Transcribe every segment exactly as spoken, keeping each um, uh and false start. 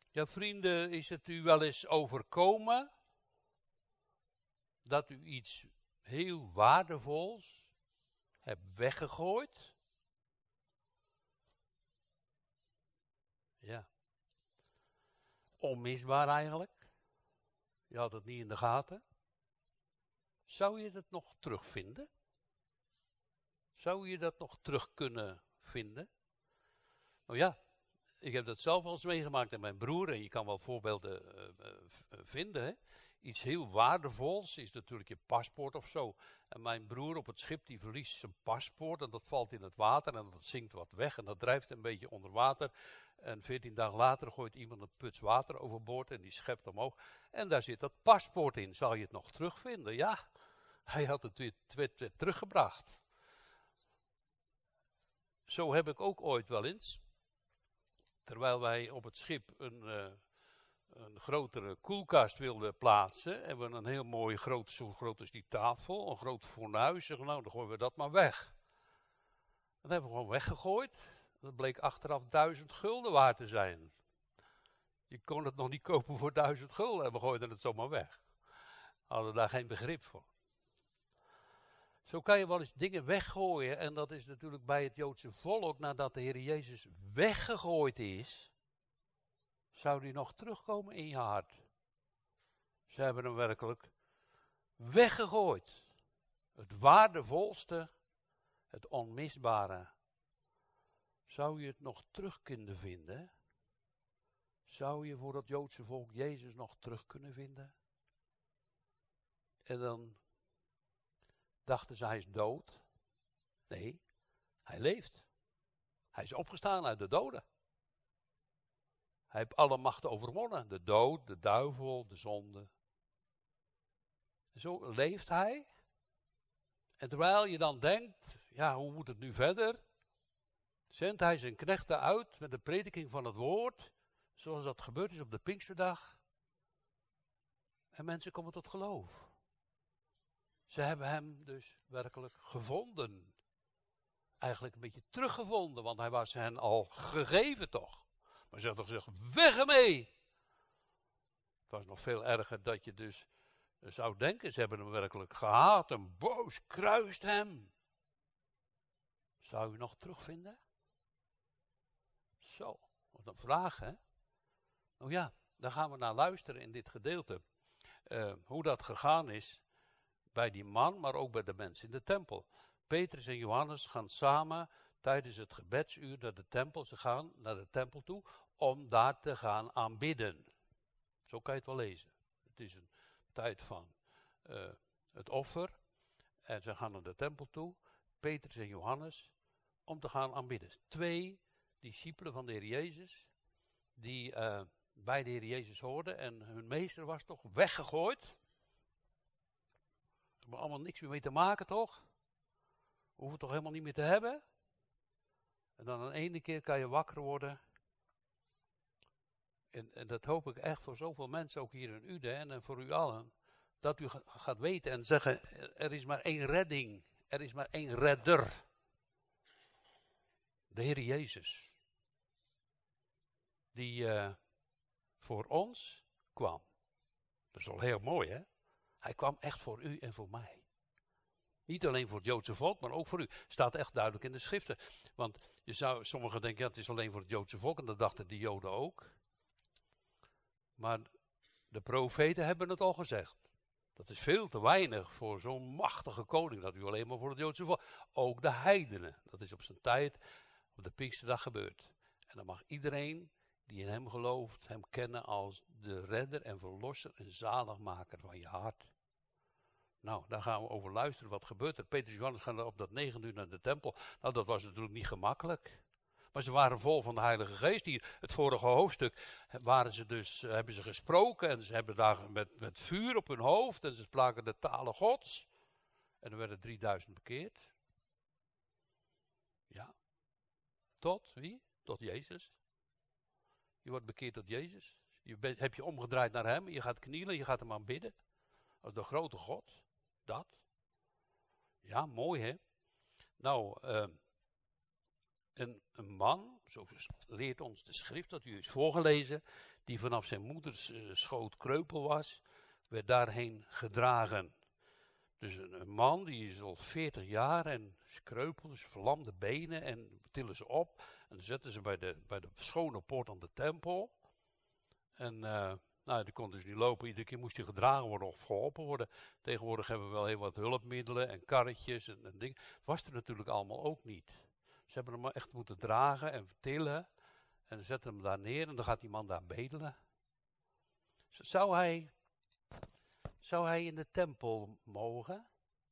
Ja, vrienden, is het u wel eens overkomen dat u iets heel waardevols hebt weggegooid? Ja. Onmisbaar eigenlijk. Je had het niet in de gaten. Zou je het nog terugvinden? Zou je dat nog terug kunnen vinden? Nou ja, ik heb dat zelf al eens meegemaakt met mijn broer. En je kan wel voorbeelden uh, uh, vinden. Hè? Iets heel waardevols is natuurlijk je paspoort of zo. En mijn broer op het schip die verliest zijn paspoort. En dat valt in het water en dat zinkt wat weg. En dat drijft een beetje onder water. En veertien dagen later gooit iemand een puts water overboord. En die schept omhoog. En daar zit dat paspoort in. Zal je het nog terugvinden? Ja, hij had het weer, weer, weer teruggebracht. Zo heb ik ook ooit wel eens, terwijl wij op het schip een, uh, een grotere koelkast wilden plaatsen, en we een heel mooi groot, zo groot als die tafel, een groot fornuis, zeggen nou dan gooien we dat maar weg. Dat hebben we gewoon weggegooid. Dat bleek achteraf duizend gulden waard te zijn. Je kon het nog niet kopen voor duizend gulden en we gooiden het zomaar weg. Hadden daar geen begrip voor. Zo kan je wel eens dingen weggooien. En dat is natuurlijk bij het Joodse volk, nadat de Heer Jezus weggegooid is, zou die nog terugkomen in je hart. Ze hebben hem werkelijk weggegooid. Het waardevolste, het onmisbare. Zou je het nog terug kunnen vinden? Zou je voor het Joodse volk Jezus nog terug kunnen vinden? En dan dachten ze, hij is dood. Nee, hij leeft. Hij is opgestaan uit de doden. Hij heeft alle machten overwonnen. De dood, de duivel, de zonde. Zo leeft hij. En terwijl je dan denkt, ja, hoe moet het nu verder? Zendt hij zijn knechten uit met de prediking van het woord, zoals dat gebeurd is op de Pinksterdag. En mensen komen tot geloof. Ze hebben hem dus werkelijk gevonden. Eigenlijk een beetje teruggevonden, want hij was hen al gegeven toch. Maar ze hadden gezegd, weg ermee! Het was nog veel erger dat je dus zou denken, ze hebben hem werkelijk gehaat en boos kruist hem. Zou u nog terugvinden? Zo, wat een vraag, hè? Nou ja, daar gaan we naar luisteren in dit gedeelte. Uh, hoe dat gegaan is bij die man, maar ook bij de mensen in de tempel. Petrus en Johannes gaan samen tijdens het gebedsuur naar de tempel. Ze gaan naar de tempel toe om daar te gaan aanbidden. Zo kan je het wel lezen. Het is een tijd van uh, het offer. En ze gaan naar de tempel toe, Petrus en Johannes, om te gaan aanbidden. Twee discipelen van de Heer Jezus, die uh, bij de Heer Jezus hoorden. En hun meester was toch weggegooid. Ze hebben allemaal niks meer mee te maken, toch? Hoeven het toch helemaal niet meer te hebben? En dan een ene keer kan je wakker worden. En, en dat hoop ik echt voor zoveel mensen, ook hier in Uden en voor u allen. Dat u ga, gaat weten en zeggen, er is maar één redding. Er is maar één redder. De Heer Jezus. Die uh, voor ons kwam. Dat is wel heel mooi, hè? Hij kwam echt voor u en voor mij. Niet alleen voor het Joodse volk, maar ook voor u. Staat echt duidelijk in de schriften. Want je zou, sommigen denken, ja, het is alleen voor het Joodse volk. En dat dachten de Joden ook. Maar de profeten hebben het al gezegd. Dat is veel te weinig voor zo'n machtige koning. Dat u alleen maar voor het Joodse volk. Ook de heidenen. Dat is op zijn tijd op de Pinksterdag gebeurd. En dan mag iedereen die in hem gelooft, hem kennen als de redder en verlosser en zaligmaker van je hart. Nou, daar gaan we over luisteren. Wat gebeurt er? Petrus en Johannes gaan op dat negen uur naar de tempel. Nou, dat was natuurlijk niet gemakkelijk. Maar ze waren vol van de Heilige Geest. Hier, het vorige hoofdstuk, waren ze dus, hebben ze gesproken. En ze hebben daar met, met vuur op hun hoofd. En ze spraken de talen Gods. En er werden drieduizend bekeerd. Ja. Tot wie? Tot Jezus. Je wordt bekeerd tot Jezus. Je bent, heb je omgedraaid naar hem. Je gaat knielen, je gaat hem aanbidden. Als de grote God. Dat. Ja, mooi hè. Nou, uh, een, een man, zo leert ons de schrift dat u is voorgelezen, die vanaf zijn moeders uh, schoot kreupel was, werd daarheen gedragen. Dus een, een man die is al veertig jaar en is kreupel, dus verlamde benen en tillen ze op en zetten ze bij de, bij de schone poort aan de tempel. En uh, nou, die kon dus niet lopen, iedere keer moest hij gedragen worden of geholpen worden. Tegenwoordig hebben we wel heel wat hulpmiddelen en karretjes en, en dingen. Dat was er natuurlijk allemaal ook niet. Ze hebben hem echt moeten dragen en tillen en zetten hem daar neer en dan gaat die man daar bedelen. Zou hij, zou hij in de tempel mogen?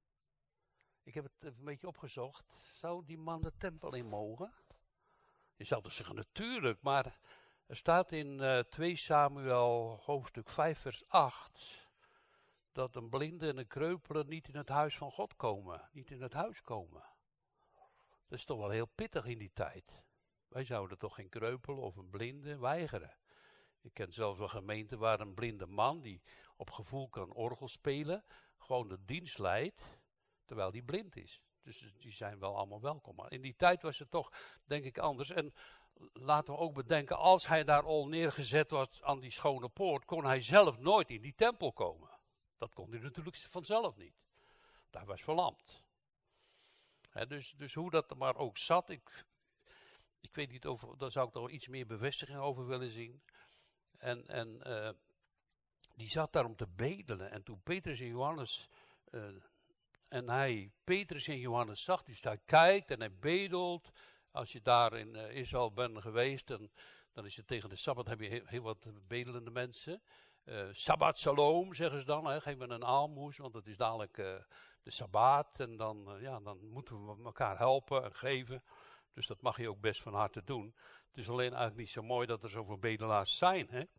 Ik heb het even een beetje opgezocht. Zou die man de tempel in mogen? Je zou dus zeggen natuurlijk, maar er staat in uh, twee Samuel hoofdstuk vijf vers acht dat een blinde en een kreupele niet in het huis van God komen. Niet in het huis komen. Dat is toch wel heel pittig in die tijd. Wij zouden toch geen kreupele of een blinde weigeren. Ik ken zelfs wel gemeenten waar een blinde man die op gevoel kan orgel spelen, gewoon de dienst leidt, terwijl die blind is. Dus die zijn wel allemaal welkom. Maar in die tijd was het toch, denk ik, anders. En laten we ook bedenken, als hij daar al neergezet was aan die schone poort, kon hij zelf nooit in die tempel komen. Dat kon hij natuurlijk vanzelf niet. Hij was verlamd. He, dus, dus hoe dat er maar ook zat, ik, ik weet niet over, daar zou ik toch iets meer bevestiging over willen zien. En, en uh, die zat daar om te bedelen. En toen Petrus en Johannes, uh, en hij, Petrus en Johannes zag, dus hij kijkt en hij bedelt. Als je daar in uh, Israël bent geweest, dan, dan is het tegen de Sabbat, heb je heel, heel wat bedelende mensen. Uh, Sabbat shalom, zeggen ze dan, hè, geef me een aalmoes, want het is dadelijk uh, de Sabbat. En dan, uh, ja, dan moeten we elkaar helpen en geven. Dus dat mag je ook best van harte doen. Het is alleen eigenlijk niet zo mooi dat er zoveel bedelaars zijn, hè.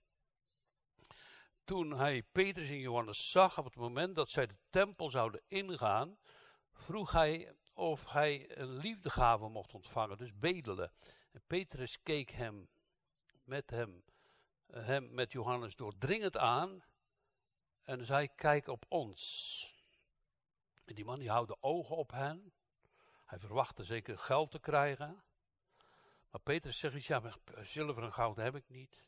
Toen hij Petrus en Johannes zag, op het moment dat zij de tempel zouden ingaan, vroeg hij of hij een liefdegave mocht ontvangen, dus bedelen. En Petrus keek hem met hem, hem met Johannes doordringend aan en zei, kijk op ons. En die man die houdt de ogen op hen. Hij verwachtte zeker geld te krijgen. Maar Petrus zegt, ja, maar zilver en goud heb ik niet.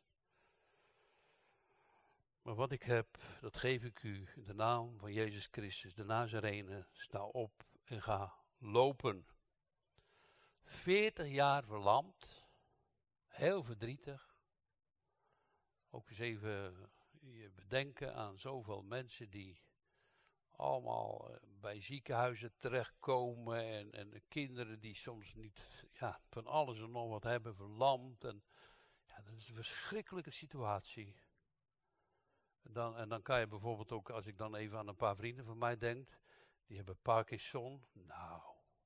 Maar wat ik heb, dat geef ik u in de naam van Jezus Christus, de Nazarene. Sta op en ga lopen. Veertig jaar verlamd. Heel verdrietig. Ook eens even je bedenken aan zoveel mensen die allemaal bij ziekenhuizen terechtkomen. En, en de kinderen die soms niet, ja, van alles en nog wat hebben, verlamd. En ja, dat is een verschrikkelijke situatie. En dan, en dan kan je bijvoorbeeld ook, als ik dan even aan een paar vrienden van mij denk, die hebben Parkinson. Nou,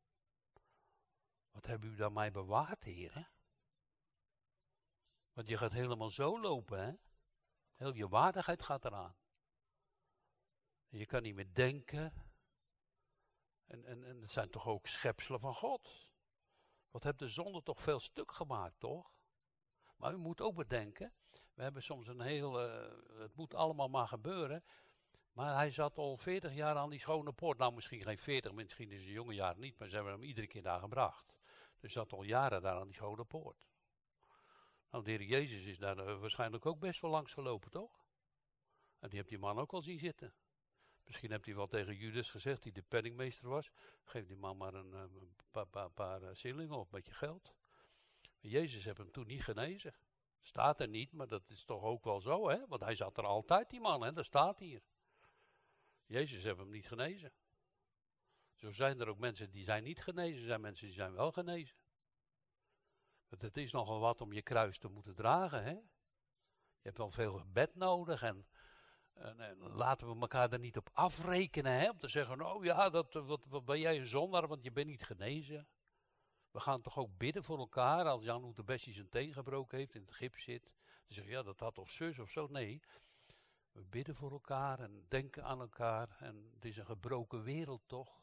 wat hebben u dan mij bewaard, heren? Want je gaat helemaal zo lopen, hè? Heel je waardigheid gaat eraan. En je kan niet meer denken. En, en, en het zijn toch ook schepselen van God. Wat heeft de zonde toch veel stuk gemaakt, toch? Maar u moet ook bedenken, we hebben soms een heel, uh, het moet allemaal maar gebeuren. Maar hij zat al veertig jaar aan die schone poort. Nou, misschien geen veertig, misschien is zijn jonge jaar niet, maar ze hebben hem iedere keer daar gebracht. Dus zat al jaren daar aan die schone poort. Nou, de Heer Jezus is daar uh, waarschijnlijk ook best wel langs gelopen, toch? En die heeft die man ook al zien zitten. Misschien heeft hij wel tegen Judas gezegd, die de penningmeester was. Geef die man maar een, een paar, paar, paar uh, zillingen of een beetje geld. Maar Jezus heeft hem toen niet genezen. Staat er niet, maar dat is toch ook wel zo, hè? Want hij zat er altijd, die man, hè? Dat staat hier. Jezus heeft hem niet genezen. Zo zijn er ook mensen die zijn niet genezen, er zijn mensen die zijn wel genezen. Want het is nogal wat om je kruis te moeten dragen, hè? Je hebt wel veel gebed nodig en, en, en laten we elkaar er niet op afrekenen, hè? Om te zeggen, oh ja, dat, wat, wat ben jij een zondaar, want je bent niet genezen. We gaan toch ook bidden voor elkaar, als Jan Oete Bessie zijn teen gebroken heeft, in het gips zit. Dan zeg je, ja, dat had toch zus of zo? Nee, we bidden voor elkaar en denken aan elkaar. En het is een gebroken wereld, toch?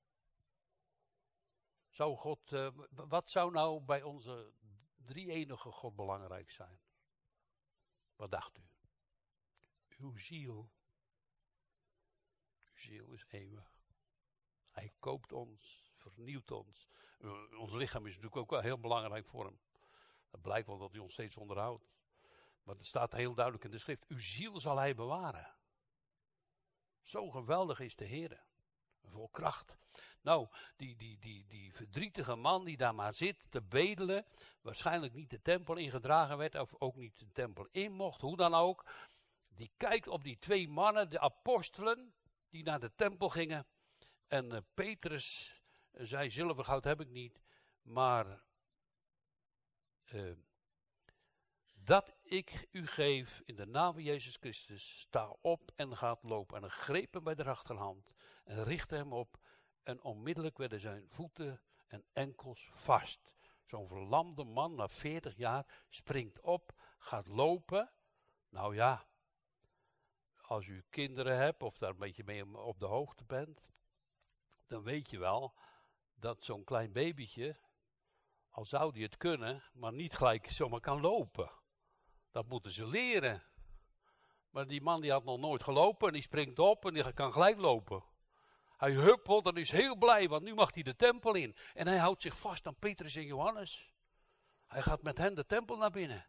Zou God, uh, wat zou nou bij onze drie-enige God belangrijk zijn? Wat dacht u? Uw ziel. Uw ziel is eeuwig. Hij koopt ons, vernieuwt ons. Uh, ons lichaam is natuurlijk ook wel heel belangrijk voor hem. Dat blijkt wel dat hij ons steeds onderhoudt. Maar het staat heel duidelijk in de schrift. Uw ziel zal hij bewaren. Zo geweldig is de Heer. Vol kracht. Nou, die, die, die, die verdrietige man die daar maar zit te bedelen. Waarschijnlijk niet de tempel ingedragen werd. Of ook niet de tempel in mocht. Hoe dan ook. Die kijkt op die twee mannen, de apostelen. Die naar de tempel gingen. En uh, Petrus zei, zilver, goud heb ik niet. Maar uh, dat ik u geef in de naam van Jezus Christus, sta op en gaat lopen. En hij greep hem bij de rechterhand en richtte hem op. En onmiddellijk werden zijn voeten en enkels vast. Zo'n verlamde man na veertig jaar springt op, gaat lopen. Nou ja, als u kinderen hebt of daar een beetje mee op de hoogte bent, dan weet je wel dat zo'n klein babytje, al zou die het kunnen, maar niet gelijk zomaar kan lopen. Dat moeten ze leren. Maar die man die had nog nooit gelopen en die springt op en die kan gelijk lopen. Hij huppelt en is heel blij, want nu mag hij de tempel in. En hij houdt zich vast aan Petrus en Johannes. Hij gaat met hen de tempel naar binnen.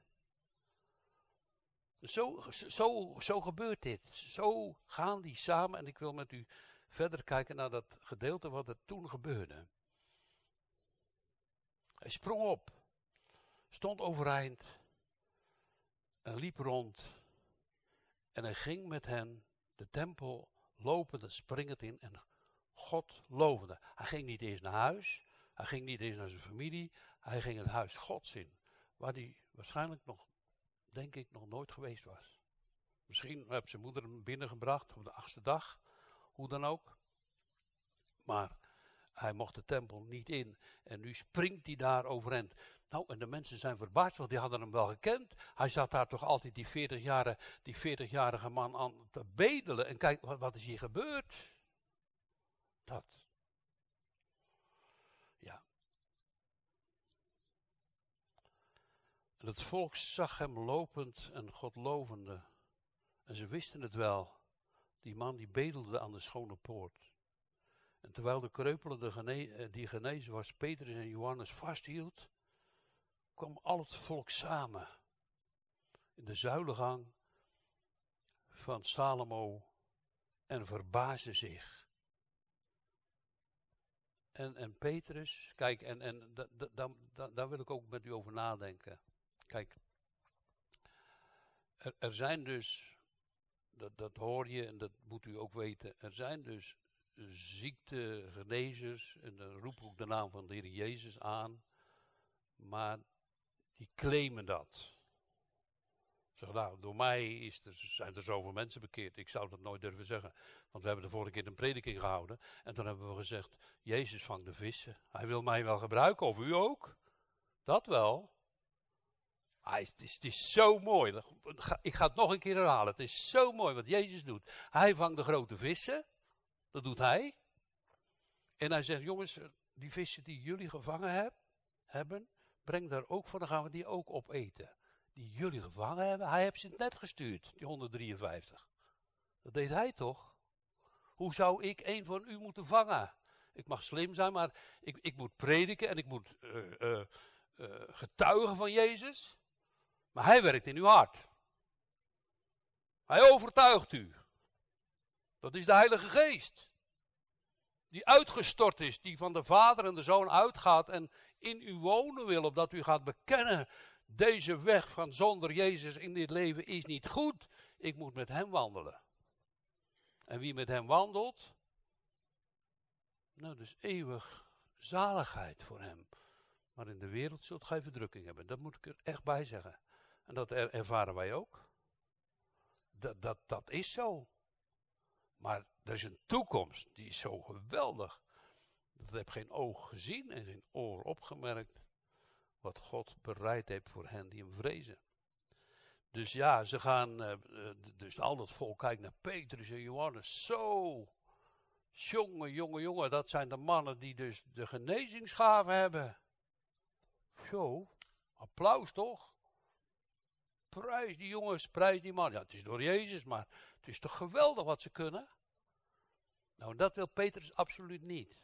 Zo, zo, zo gebeurt dit. Zo gaan die samen. En ik wil met u verder kijken naar dat gedeelte wat er toen gebeurde. Hij sprong op. Stond overeind. En liep rond. En hij ging met hen de tempel lopend en springend in. En God lovende. Hij ging niet eerst naar huis. Hij ging niet eerst naar zijn familie. Hij ging het huis Gods in. Waar hij waarschijnlijk nog, denk ik, nog nooit geweest was. Misschien heeft zijn moeder hem binnengebracht op de achtste dag. Hoe dan ook. Maar hij mocht de tempel niet in. En nu springt hij daar overeind. Nou, en de mensen zijn verbaasd, want die hadden hem wel gekend. Hij zat daar toch altijd die veertig-jarige, die veertig-jarige man aan te bedelen. En kijk, wat, wat is hier gebeurd? Dat. Ja. En het volk zag hem lopend en God lovende. En ze wisten het wel. Die man die bedelde aan de schone poort. En terwijl de kreupele gene- die genezen was, Petrus en Johannes vasthield, kwam al het volk samen in de zuilengang van Salomo en verbaasde zich. En, en Petrus, kijk, en, en da, da, da, da, daar wil ik ook met u over nadenken. Kijk, er, er zijn dus, dat, dat hoor je en dat moet u ook weten, er zijn dus ziektegenezers, en dan roep ik ook de naam van de Heer Jezus aan, maar die claimen dat. Zeg, nou, door mij is er, zijn er zoveel mensen bekeerd. Ik zou dat nooit durven zeggen. Want we hebben de vorige keer een prediking gehouden. En toen hebben we gezegd, Jezus vangt de vissen. Hij wil mij wel gebruiken, of u ook. Dat wel. Hij, het, is, het is zo mooi. Ik ga het nog een keer herhalen. Het is zo mooi wat Jezus doet. Hij vangt de grote vissen. Dat doet hij. En hij zegt, jongens, die vissen die jullie gevangen heb, hebben, breng daar ook van, dan gaan we die ook opeten. Die jullie gevangen hebben, hij heeft ze het net gestuurd, die honderddrieënvijftig. Dat deed hij toch? Hoe zou ik een van u moeten vangen? Ik mag slim zijn, maar ik, ik moet prediken en ik moet uh, uh, uh, getuigen van Jezus. Maar hij werkt in uw hart. Hij overtuigt u. Dat is de Heilige Geest. Die uitgestort is, die van de Vader en de Zoon uitgaat en in u wonen wil, opdat u gaat bekennen, deze weg van zonder Jezus in dit leven is niet goed. Ik moet met hem wandelen. En wie met hem wandelt, nou dus eeuwig zaligheid voor hem. Maar in de wereld zult gij verdrukking hebben. Dat moet ik er echt bij zeggen. En dat er, ervaren wij ook. Dat, dat, dat is zo. Maar er is een toekomst, die is zo geweldig. Dat heb geen oog gezien en geen oor opgemerkt. Wat God bereid heeft voor hen die hem vrezen. Dus ja, ze gaan, uh, dus al dat volk kijkt naar Petrus en Johannes. Zo, jongen, jongen, jongen, dat zijn de mannen die dus de genezingsgaven hebben. Zo, applaus toch? Prijs die jongens, prijs die man. Ja, het is door Jezus, maar het is toch geweldig wat ze kunnen. Nou, dat wil Petrus absoluut niet.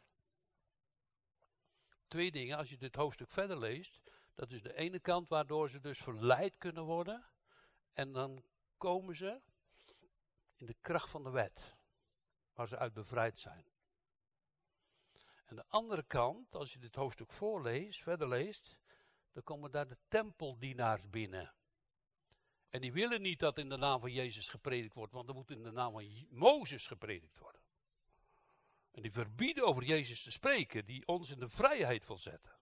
Twee dingen, als je dit hoofdstuk verder leest. Dat is de ene kant waardoor ze dus verleid kunnen worden. En dan komen ze in de kracht van de wet. Waar ze uit bevrijd zijn. En de andere kant, als je dit hoofdstuk voorleest, verder leest. Dan komen daar de tempeldienaars binnen. En die willen niet dat in de naam van Jezus gepredikt wordt. Want er moet in de naam van Mozes gepredikt worden. En die verbieden over Jezus te spreken. Die ons in de vrijheid wil zetten.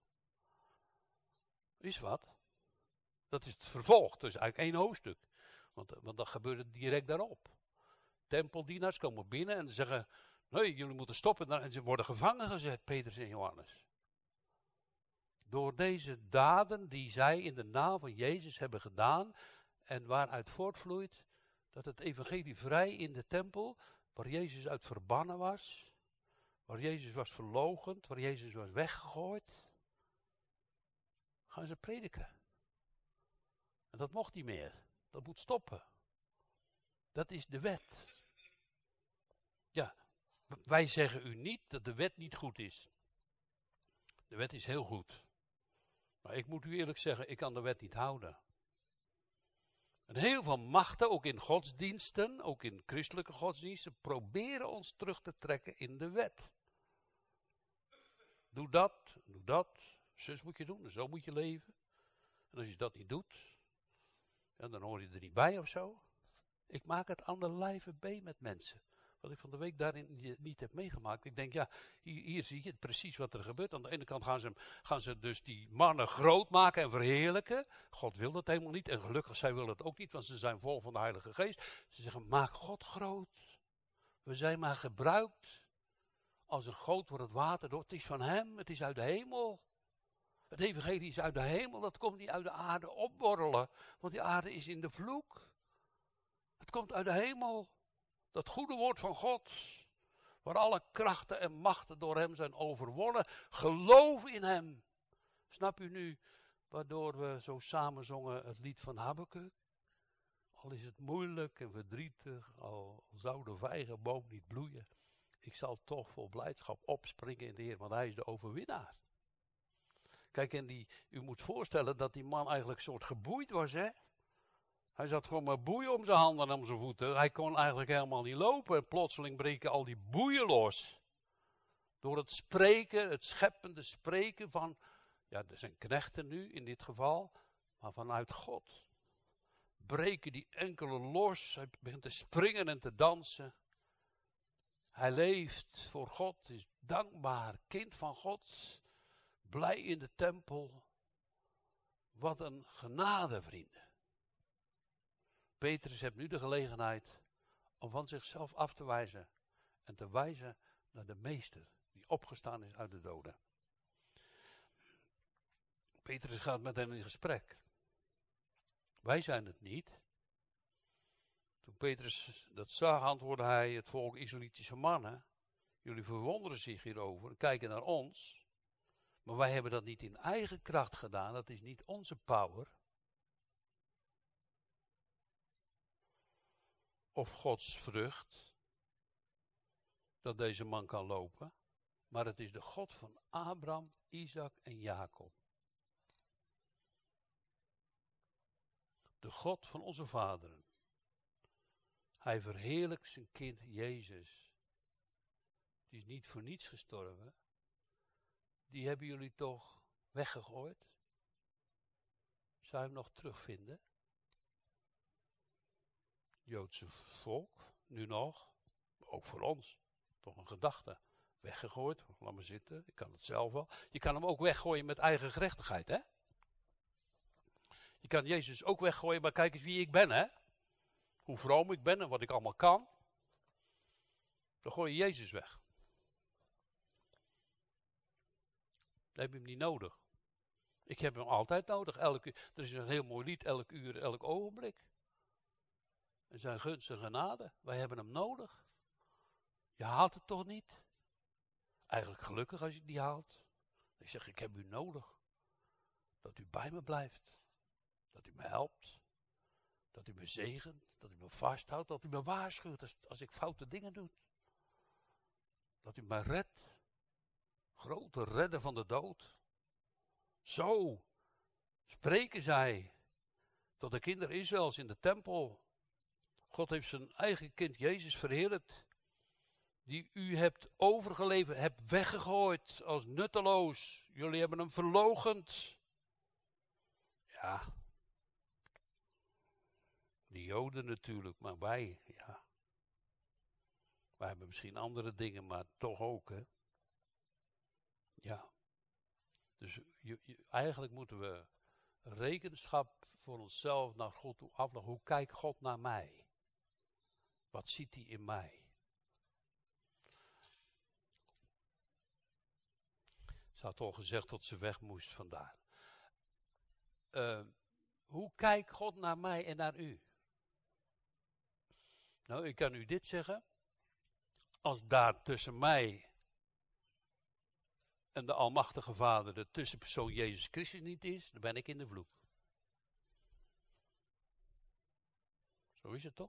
Is wat? Dat is het vervolg. Dat is eigenlijk één hoofdstuk. Want, want dat gebeurde direct daarop. Tempeldienaars komen binnen en zeggen. Nee, jullie moeten stoppen. En ze worden gevangen gezet, Petrus en Johannes. Door deze daden die zij in de naam van Jezus hebben gedaan. En waaruit voortvloeit dat het evangelie vrij in de tempel. Waar Jezus uit verbannen was. Waar Jezus was verloochend. Waar Jezus was weggegooid. Gaan ze prediken. En dat mocht niet meer. Dat moet stoppen. Dat is de wet. Ja, wij zeggen u niet dat de wet niet goed is. De wet is heel goed. Maar ik moet u eerlijk zeggen, ik kan de wet niet houden. En heel veel machten, ook in godsdiensten, ook in christelijke godsdiensten, proberen ons terug te trekken in de wet. Doe dat, doe dat. Zus moet je doen, zo moet je leven. En als je dat niet doet, ja, dan hoor je er niet bij of zo. Ik maak het aan de lijve been met mensen. Wat ik van de week daarin niet heb meegemaakt. Ik denk, ja, hier, hier zie je precies wat er gebeurt. Aan de ene kant gaan ze, gaan ze dus die mannen groot maken en verheerlijken. God wil dat helemaal niet. En gelukkig, zij willen het ook niet, want ze zijn vol van de Heilige Geest. Ze zeggen, maak God groot. We zijn maar gebruikt als een goot voor het water. Het is van hem, het is uit de hemel. Het evangelie is uit de hemel, dat komt niet uit de aarde opborrelen. Want die aarde is in de vloek. Het komt uit de hemel. Dat goede woord van God. Waar alle krachten en machten door hem zijn overwonnen. Geloof in hem. Snap u nu waardoor we zo samen zongen het lied van Habakuk? Al is het moeilijk en verdrietig, al zou de vijgenboom niet bloeien. Ik zal toch vol blijdschap opspringen in de Heer, want hij is de overwinnaar. Kijk, en die, u moet voorstellen dat die man eigenlijk een soort geboeid was, hè? Hij zat gewoon met boeien om zijn handen en om zijn voeten. Hij kon eigenlijk helemaal niet lopen. En plotseling breken al die boeien los. Door het spreken, het scheppende spreken van, ja, er zijn knechten nu in dit geval, maar vanuit God. Breken die enkele los. Hij begint te springen en te dansen. Hij leeft voor God, is dankbaar, kind van God. Blij in de tempel. Wat een genade, vrienden. Petrus heeft nu de gelegenheid om van zichzelf af te wijzen en te wijzen naar de meester die opgestaan is uit de doden. Petrus gaat met hen in gesprek. Wij zijn het niet. Toen Petrus dat zag, antwoordde hij het volk Israëlitische mannen. Jullie verwonderen zich hierover en kijken naar ons. Maar wij hebben dat niet in eigen kracht gedaan. Dat is niet onze power. Of Gods vrucht. Dat deze man kan lopen. Maar het is de God van Abraham, Isaac en Jacob. De God van onze vaderen. Hij verheerlijkt zijn kind Jezus. Die is niet voor niets gestorven. Die hebben jullie toch weggegooid? Zou je hem nog terugvinden? Joodse volk, nu nog. Ook voor ons. Toch een gedachte. Weggegooid, laat maar zitten. Ik kan het zelf wel. Je kan hem ook weggooien met eigen gerechtigheid, hè? Je kan Jezus ook weggooien, maar kijk eens wie ik ben, hè? Hoe vroom ik ben en wat ik allemaal kan. Dan gooi je Jezus weg. Dan heb je hem niet nodig. Ik heb hem altijd nodig. Elke, er is een heel mooi lied, elk uur, elk ogenblik. En zijn gunst en genade, wij hebben hem nodig. Je haalt het toch niet? Eigenlijk gelukkig als je het niet haalt. Ik zeg, ik heb u nodig. Dat u bij me blijft. Dat u me helpt. Dat u me zegent. Dat u me vasthoudt. Dat u me waarschuwt als, als ik foute dingen doe. Dat u mij redt. Grote redder van de dood. Zo spreken zij tot de kinderen Israëls in de tempel. God heeft zijn eigen kind Jezus verheerlijkt. Die u hebt overgeleverd, hebt weggegooid als nutteloos. Jullie hebben hem verloochend. Ja. De Joden natuurlijk, maar wij, ja. Wij hebben misschien andere dingen, maar toch ook, hè. Ja. Dus je, je, eigenlijk moeten we rekenschap voor onszelf naar God toe afleggen. Hoe kijkt God naar mij? Wat ziet hij in mij? Ze had al gezegd dat ze weg moest vandaar. Uh, hoe kijkt God naar mij en naar u? Nou, ik kan u dit zeggen. Als daar tussen mij en de Almachtige Vader de tussenpersoon Jezus Christus niet is, dan ben ik in de vloek. Zo is het toch?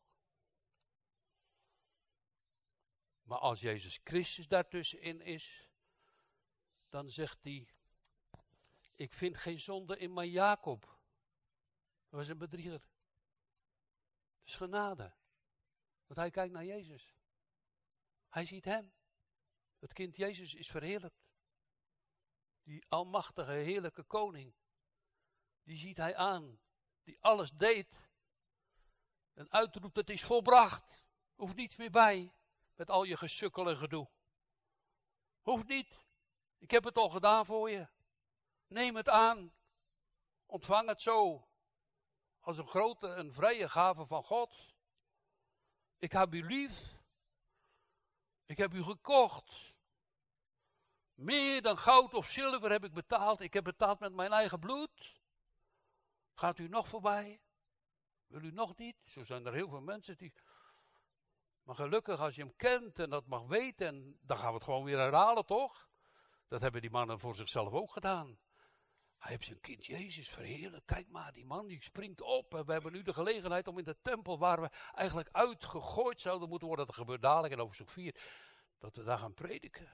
Maar als Jezus Christus daartussenin is, dan zegt hij, ik vind geen zonde in mijn Jacob. Dat was een bedrieger. Het is genade. Want hij kijkt naar Jezus. Hij ziet hem. Het kind Jezus is verheerlijkt. Die almachtige, heerlijke koning. Die ziet hij aan. Die alles deed. En uitroept, het is volbracht. Hoeft niets meer bij. Met al je gesukkel en gedoe. Hoeft niet. Ik heb het al gedaan voor je. Neem het aan. Ontvang het zo. Als een grote en vrije gave van God. Ik heb u lief. Ik heb u gekocht. Meer dan goud of zilver heb ik betaald. Ik heb betaald met mijn eigen bloed. Gaat u nog voorbij? Wil u nog niet? Zo zijn er heel veel mensen die... Maar gelukkig als je hem kent en dat mag weten, en dan gaan we het gewoon weer herhalen, toch? Dat hebben die mannen voor zichzelf ook gedaan. Hij heeft zijn kind Jezus verheerlijkt. Kijk maar, die man die springt op. En we hebben nu de gelegenheid om in de tempel, waar we eigenlijk uitgegooid zouden moeten worden, dat gebeurt dadelijk in hoofdstuk vier, dat we daar gaan prediken.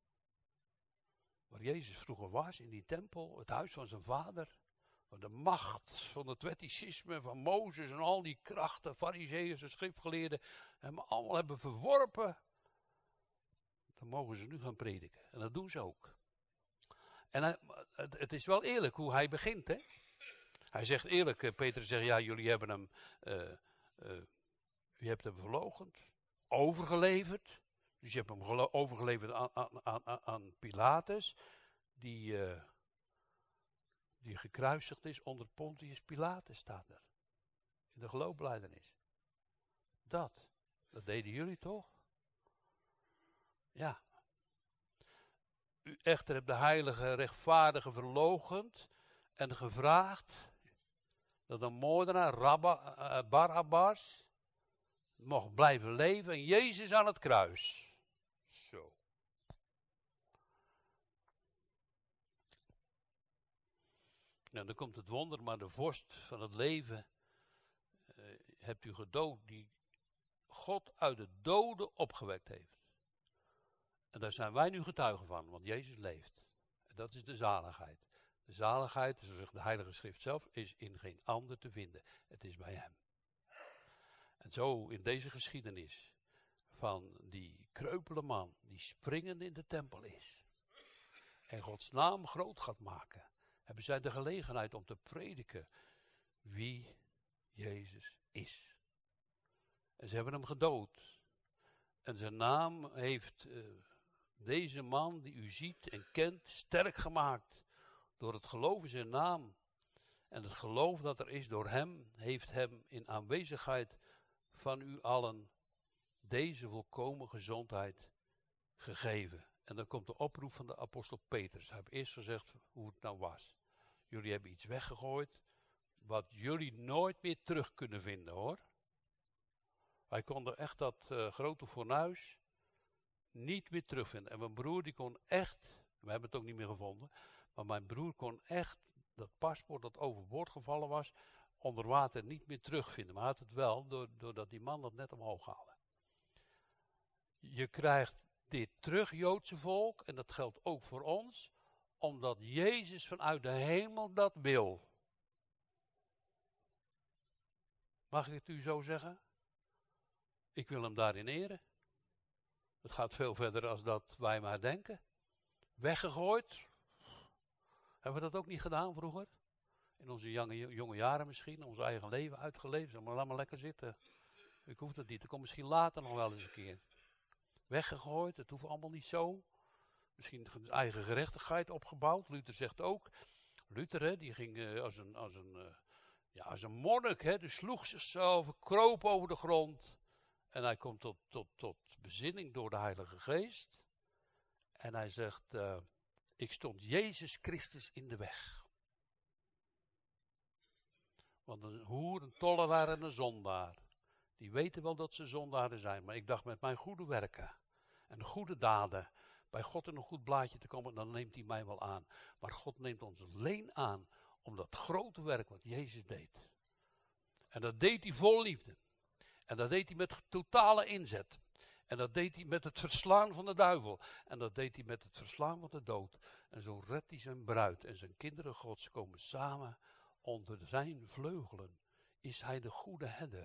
Waar Jezus vroeger was, in die tempel, het huis van zijn vader. Waar de macht van het wetticisme van Mozes en al die krachten, farizeeën en schriftgeleerden, hem allemaal hebben verworpen. Dan mogen ze nu gaan prediken. En dat doen ze ook. En hij, het, het is wel eerlijk hoe hij begint, hè. Hij zegt eerlijk, Petrus zegt, ja, jullie hebben hem, uh, uh, u hebt hem verloochend, overgeleverd. Dus je hebt hem gelo- overgeleverd aan, aan, aan, aan Pilatus, die, uh, die gekruisigd is onder Pontius Pilatus, staat er. In de geloofbelijdenis. Dat, dat deden jullie toch? Ja. U echter hebt de heilige rechtvaardige verloochend en gevraagd dat een moordenaar, Rabba, uh, Barabbas, mocht blijven leven en Jezus aan het kruis. Zo. Nou, dan komt het wonder, maar de vorst van het leven uh, hebt u gedood, die God uit de doden opgewekt heeft. En daar zijn wij nu getuigen van, want Jezus leeft. En dat is de zaligheid. De zaligheid, zo zegt de Heilige Schrift zelf, is in geen ander te vinden. Het is bij hem. En zo in deze geschiedenis van die kreupele man die springende in de tempel is. En Gods naam groot gaat maken. Hebben zij de gelegenheid om te prediken wie Jezus is. En ze hebben hem gedood. En zijn naam heeft uh, deze man die u ziet en kent sterk gemaakt. Door het geloof in zijn naam. En het geloof dat er is door hem, heeft hem in aanwezigheid van u allen deze volkomen gezondheid gegeven. En dan komt de oproep van de apostel Petrus. Hij heeft eerst gezegd hoe het nou was. Jullie hebben iets weggegooid wat jullie nooit meer terug kunnen vinden, hoor. Wij konden echt dat uh, grote fornuis niet meer terugvinden. En mijn broer die kon echt, we hebben het ook niet meer gevonden, maar mijn broer kon echt dat paspoort dat overboord gevallen was, onder water niet meer terugvinden. Maar hij had het wel, doordat die man dat net omhoog haalde. Je krijgt dit terug, Joodse volk, en dat geldt ook voor ons, omdat Jezus vanuit de hemel dat wil. Mag ik het u zo zeggen? Ik wil hem daarin eren. Het gaat veel verder als dat wij maar denken. Weggegooid. Hebben we dat ook niet gedaan vroeger? In onze jonge, jonge jaren misschien, ons eigen leven uitgeleefd. Maar laat maar lekker zitten. Ik hoef dat niet. Dat komt misschien later nog wel eens een keer. Weggegooid, het hoeft allemaal niet zo. Misschien eigen gerechtigheid opgebouwd. Luther zegt ook. Luther, hè, die ging uh, als een, als een, uh, ja, als een monnik, hè, dus sloeg zichzelf, kroop over de grond. En hij komt tot, tot, tot bezinning door de Heilige Geest. En hij zegt, uh, ik stond Jezus Christus in de weg. Want een hoer, een tollenaar en een zondaar, die weten wel dat ze zondaren zijn. Maar ik dacht met mijn goede werken en goede daden bij God in een goed blaadje te komen, dan neemt hij mij wel aan. Maar God neemt ons alleen aan om dat grote werk wat Jezus deed. En dat deed hij vol liefde. En dat deed hij met totale inzet. En dat deed hij met het verslaan van de duivel. En dat deed hij met het verslaan van de dood. En zo redt hij zijn bruid. En zijn kinderen Gods komen samen onder zijn vleugelen. Is hij de goede herder.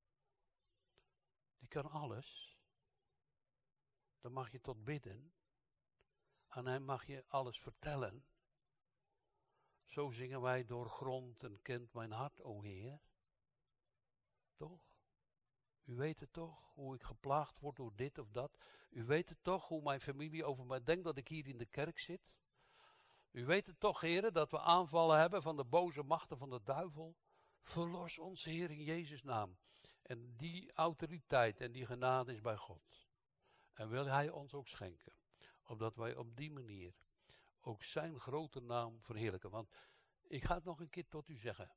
Die kan alles. Dan mag je tot bidden. Aan hem mag je alles vertellen. Zo zingen wij doorgrond en kent mijn hart, o Heer. Toch? U weet het toch, hoe ik geplaagd word door dit of dat. U weet het toch, hoe mijn familie over mij denkt dat ik hier in de kerk zit. U weet het toch, heren, dat we aanvallen hebben van de boze machten van de duivel. Verlos ons, Heer, in Jezus' naam. En die autoriteit en die genade is bij God. En wil hij ons ook schenken. Opdat wij op die manier ook zijn grote naam verheerlijken. Want ik ga het nog een keer tot u zeggen.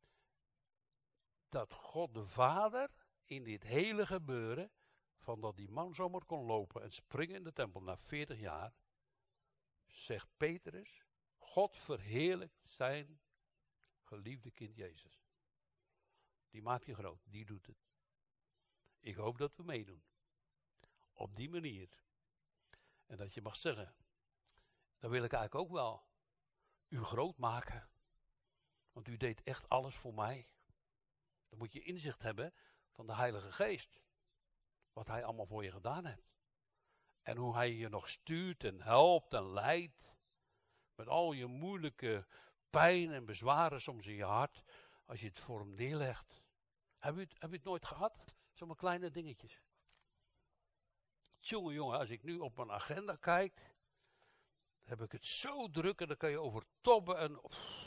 Dat God de Vader in dit hele gebeuren, van dat die man zomaar kon lopen en springen in de tempel na veertig jaar, zegt Petrus, God verheerlijkt zijn geliefde kind Jezus. Die maakt je groot, die doet het. Ik hoop dat we meedoen. Op die manier. En dat je mag zeggen, dan wil ik eigenlijk ook wel u groot maken. Want u deed echt alles voor mij. Dan moet je inzicht hebben van de Heilige Geest. Wat hij allemaal voor je gedaan heeft. En hoe hij je nog stuurt en helpt en leidt. Met al je moeilijke pijn en bezwaren soms in je hart. Als je het voor hem neerlegt. Heb u het, heb u het nooit gehad? Zomaar kleine dingetjes. Jongen, jongen, als ik nu op mijn agenda kijk. Heb ik het zo druk en dan kan je over tobben en... Pff,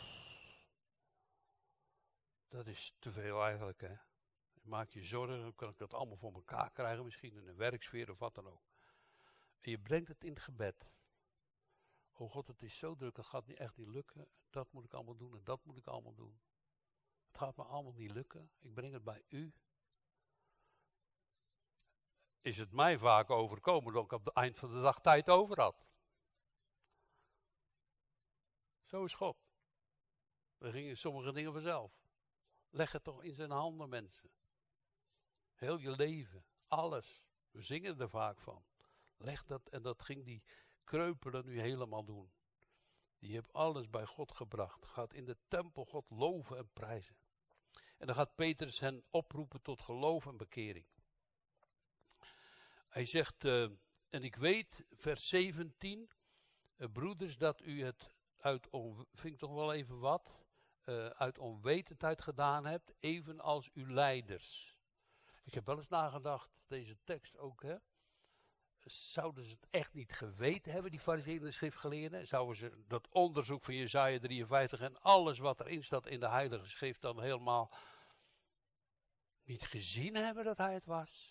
dat is te veel eigenlijk, hè. Maak je zorgen, dan kan ik dat allemaal voor elkaar krijgen, misschien in een werksfeer of wat dan ook. En je brengt het in het gebed. Oh God, het is zo druk, dat gaat niet echt niet lukken. Dat moet ik allemaal doen en dat moet ik allemaal doen. Het gaat me allemaal niet lukken. Ik breng het bij u. Is het mij vaak overkomen dat ik op het eind van de dag tijd over had. Zo is God. We gingen sommige dingen vanzelf. Leg het toch in zijn handen, mensen. Heel je leven, alles. We zingen er vaak van. Leg dat, en dat ging die kreupelen nu helemaal doen. Die heeft alles bij God gebracht. Gaat in de tempel God loven en prijzen. En dan gaat Petrus hen oproepen tot geloof en bekering. Hij zegt, uh, en ik weet, vers zeventien, uh, broeders, dat u het uit, on, vind ik toch wel even wat, uh, uit onwetendheid gedaan hebt, evenals uw leiders. Ik heb wel eens nagedacht, deze tekst ook, hè. Zouden ze het echt niet geweten hebben, die farizeeën en de schriftgeleerden? Zouden ze dat onderzoek van Jesaja drieënvijftig en alles wat erin staat in de Heilige Schrift dan helemaal niet gezien hebben dat hij het was?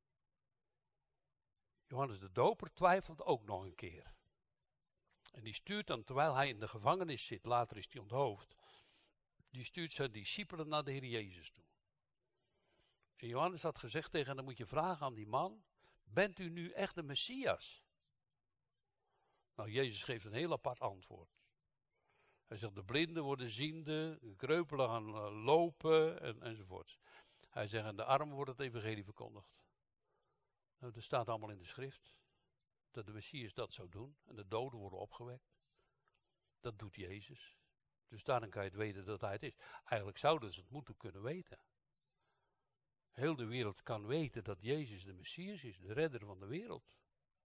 Johannes de Doper twijfelt ook nog een keer. En die stuurt dan, terwijl hij in de gevangenis zit, later is hij onthoofd, die stuurt zijn discipelen naar de Heer Jezus toe. En Johannes had gezegd tegen hem, dan moet je vragen aan die man, bent u nu echt de Messias? Nou, Jezus geeft een heel apart antwoord. Hij zegt, de blinden worden ziende, de kreupelen gaan uh, lopen, en, enzovoort. Hij zegt, en de armen wordt het evangelie verkondigd. Nou, dat staat allemaal in de schrift. dat de Messias dat zou doen. En de doden worden opgewekt. Dat doet Jezus. Dus daarom kan je het weten dat hij het is. Eigenlijk zouden ze het moeten kunnen weten. Heel de wereld kan weten dat Jezus de Messias is, de redder van de wereld.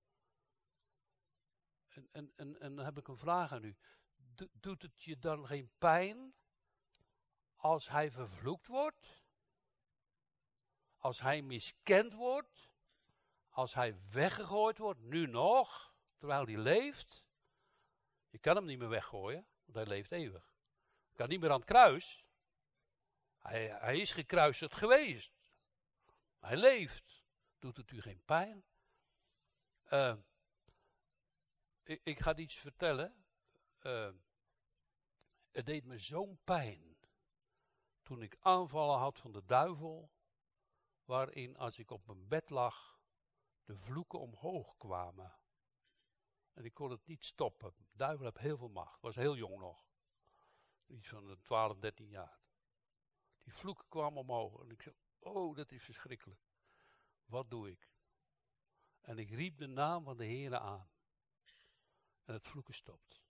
En, en, en, en dan heb ik een vraag aan u. Do, doet het je dan geen pijn als hij vervloekt wordt? Als hij miskend wordt? Als hij weggegooid wordt, nu nog, terwijl hij leeft? Je kan hem niet meer weggooien, want hij leeft eeuwig. Je kan niet meer aan het kruis. Hij, hij is gekruisigd geweest. Hij leeft. Doet het u geen pijn? Uh, ik, ik ga iets vertellen. Uh, het deed me zo'n pijn toen ik aanvallen had van de duivel, waarin als ik op mijn bed lag, de vloeken omhoog kwamen. En ik kon het niet stoppen. De duivel heeft heel veel macht. Ik was heel jong nog. Iets van twaalf, dertien jaar. Die vloeken kwamen omhoog. En ik zei, oh, dat is verschrikkelijk. Wat doe ik? En ik riep de naam van de Heere aan. En het vloeken stopt.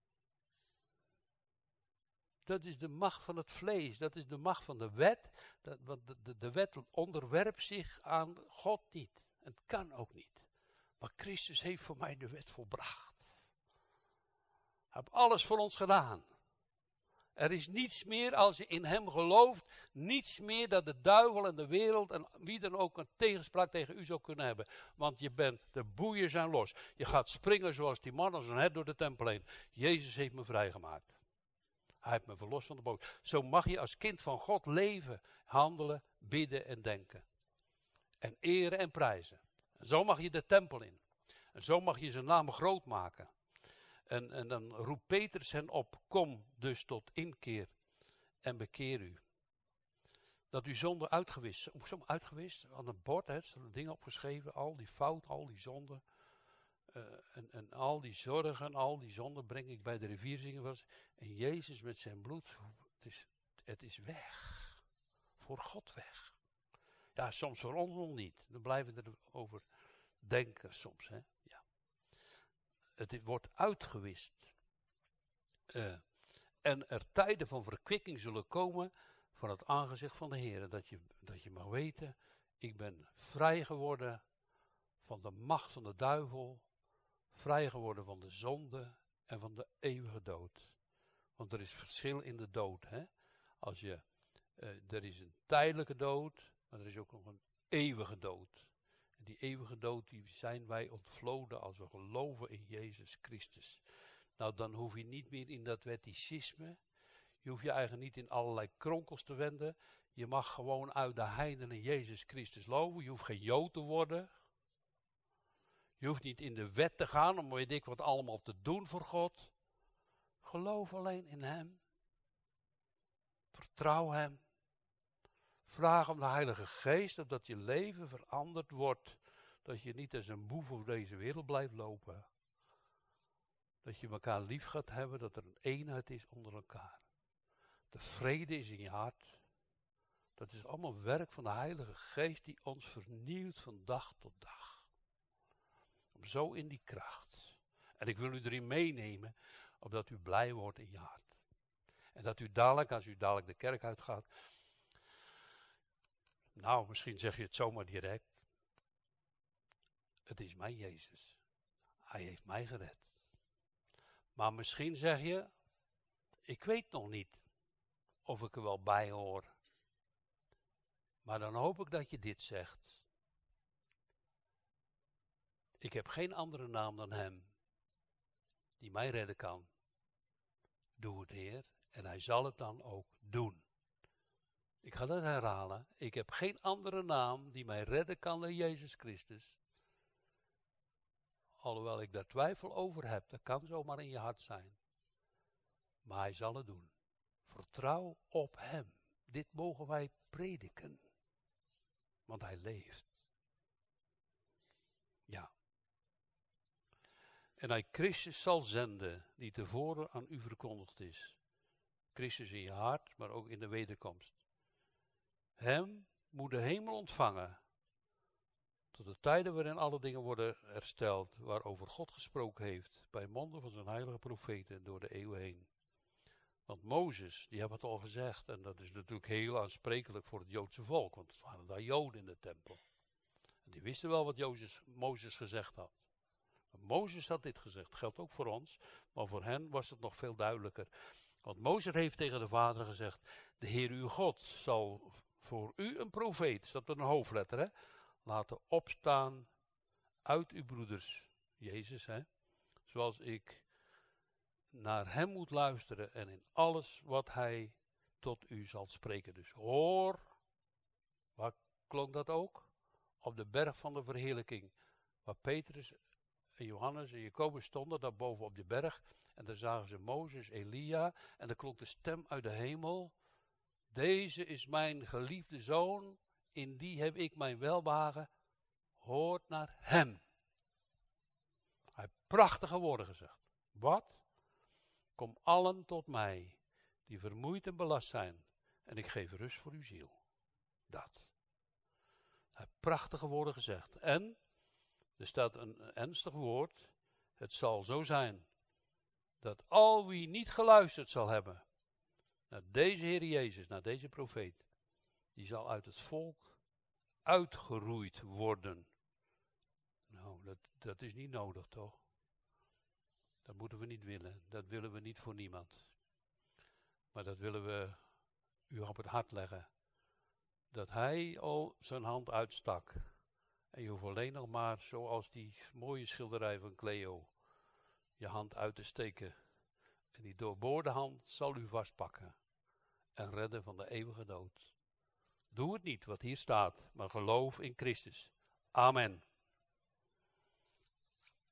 Dat is de macht van het vlees. Dat is de macht van de wet. Dat, want de, de, de wet onderwerpt zich aan God niet. Het kan ook niet. Maar Christus heeft voor mij de wet volbracht. Hij heeft alles voor ons gedaan. Er is niets meer, als je in hem gelooft, niets meer dat de duivel en de wereld en wie dan ook een tegenspraak tegen u zou kunnen hebben. Want je bent, de boeien zijn los. Je gaat springen zoals die man als een hert door de tempel heen. Jezus heeft me vrijgemaakt. Hij heeft me verlost van de boos. Zo mag je als kind van God leven, handelen, bidden en denken. En eren en prijzen. En zo mag je de tempel in. En zo mag je zijn naam groot maken. En, en dan roept Petrus hen op, kom dus tot inkeer en bekeer u. Dat u zonde uitgewist, zo uitgewist, aan het bord, hè, er staan dingen opgeschreven, al die fout, al die zonden. Uh, en, en al die zorgen, al die zonden breng ik bij de rivier zingen was. En Jezus met zijn bloed, het is, het is weg. Voor God weg. Ja, soms voor ons nog niet. Dan blijven we erover denken soms, hè. Ja. Het wordt uitgewist. Uh, en er tijden van verkwikking zullen komen van het aangezicht van de Heer. Dat je, dat je mag weten, ik ben vrij geworden van de macht van de duivel. Vrij geworden van de zonde en van de eeuwige dood. Want er is verschil in de dood. Hè? Als je, uh, er is een tijdelijke dood, maar er is ook nog een eeuwige dood. En die eeuwige dood, die zijn wij ontvloden als we geloven in Jezus Christus. Nou, dan hoef je niet meer in dat wetticisme. Je hoeft je eigen niet in allerlei kronkels te wenden. Je mag gewoon uit de heidenen Jezus Christus geloven. Je hoeft geen Jood te worden. Je hoeft niet in de wet te gaan om weet ik wat allemaal te doen voor God. Geloof alleen in hem. Vertrouw hem. Vraag om de Heilige Geest, opdat je leven veranderd wordt. Dat je niet als een boef over deze wereld blijft lopen. Dat je elkaar lief gaat hebben, dat er een eenheid is onder elkaar. De vrede is in je hart. Dat is allemaal werk van de Heilige Geest die ons vernieuwt van dag tot dag. Om zo in die kracht. En ik wil u erin meenemen, opdat u blij wordt in je hart. En dat u dadelijk, als u dadelijk de kerk uitgaat, nou, misschien zeg je het zomaar direct. Het is mijn Jezus. Hij heeft mij gered. Maar misschien zeg je, ik weet nog niet of ik er wel bij hoor. Maar dan hoop ik dat je dit zegt. Ik heb geen andere naam dan hem, die mij redden kan. Doe het, Heer, en hij zal het dan ook doen. Ik ga dat herhalen. Ik heb geen andere naam die mij redden kan dan Jezus Christus. Alhoewel ik daar twijfel over heb, dat kan zomaar in je hart zijn. Maar hij zal het doen. Vertrouw op hem. Dit mogen wij prediken. Want hij leeft. Ja. En hij Christus zal zenden, die tevoren aan u verkondigd is. Christus in je hart, maar ook in de wederkomst. Hem moet de hemel ontvangen, tot de tijden waarin alle dingen worden hersteld, waarover God gesproken heeft, bij monden van zijn heilige profeten door de eeuwen heen. Want Mozes, die hebben het al gezegd, en dat is natuurlijk heel aansprekelijk voor het Joodse volk, want het waren daar Joden in de tempel. En die wisten wel wat Jozes, Mozes gezegd had. Maar Mozes had dit gezegd, geldt ook voor ons, maar voor hen was het nog veel duidelijker. Want Mozes heeft tegen de Vader gezegd, de Heer uw God zal voor u een profeet, staat er een hoofdletter, hè, laten opstaan uit uw broeders, Jezus, hè, zoals ik naar hem moet luisteren en in alles wat hij tot u zal spreken. Dus hoor, waar klonk dat ook? Op de berg van de verheerlijking, waar Petrus en Johannes en Jacobus stonden, daar boven op de berg. En daar zagen ze Mozes, Elia, en er klonk de stem uit de hemel. Deze is mijn geliefde zoon, in die heb ik mijn welbehagen, hoort naar hem. Hij heeft prachtige woorden gezegd. Wat? Kom allen tot mij, die vermoeid en belast zijn, en ik geef rust voor uw ziel. Dat. Hij heeft prachtige woorden gezegd. En, er staat een ernstig woord, het zal zo zijn, dat al wie niet geluisterd zal hebben, naar deze Heer Jezus, naar deze profeet, die zal uit het volk uitgeroeid worden. Nou, dat, dat is niet nodig, toch? Dat moeten we niet willen. Dat willen we niet voor niemand. Maar dat willen we u op het hart leggen. Dat hij al zijn hand uitstak. En je hoeft alleen nog maar, zoals die mooie schilderij van Cleo, je hand uit te steken. En die doorboorde hand zal u vastpakken. En redden van de eeuwige dood. Doe het niet wat hier staat, maar geloof in Christus. Amen.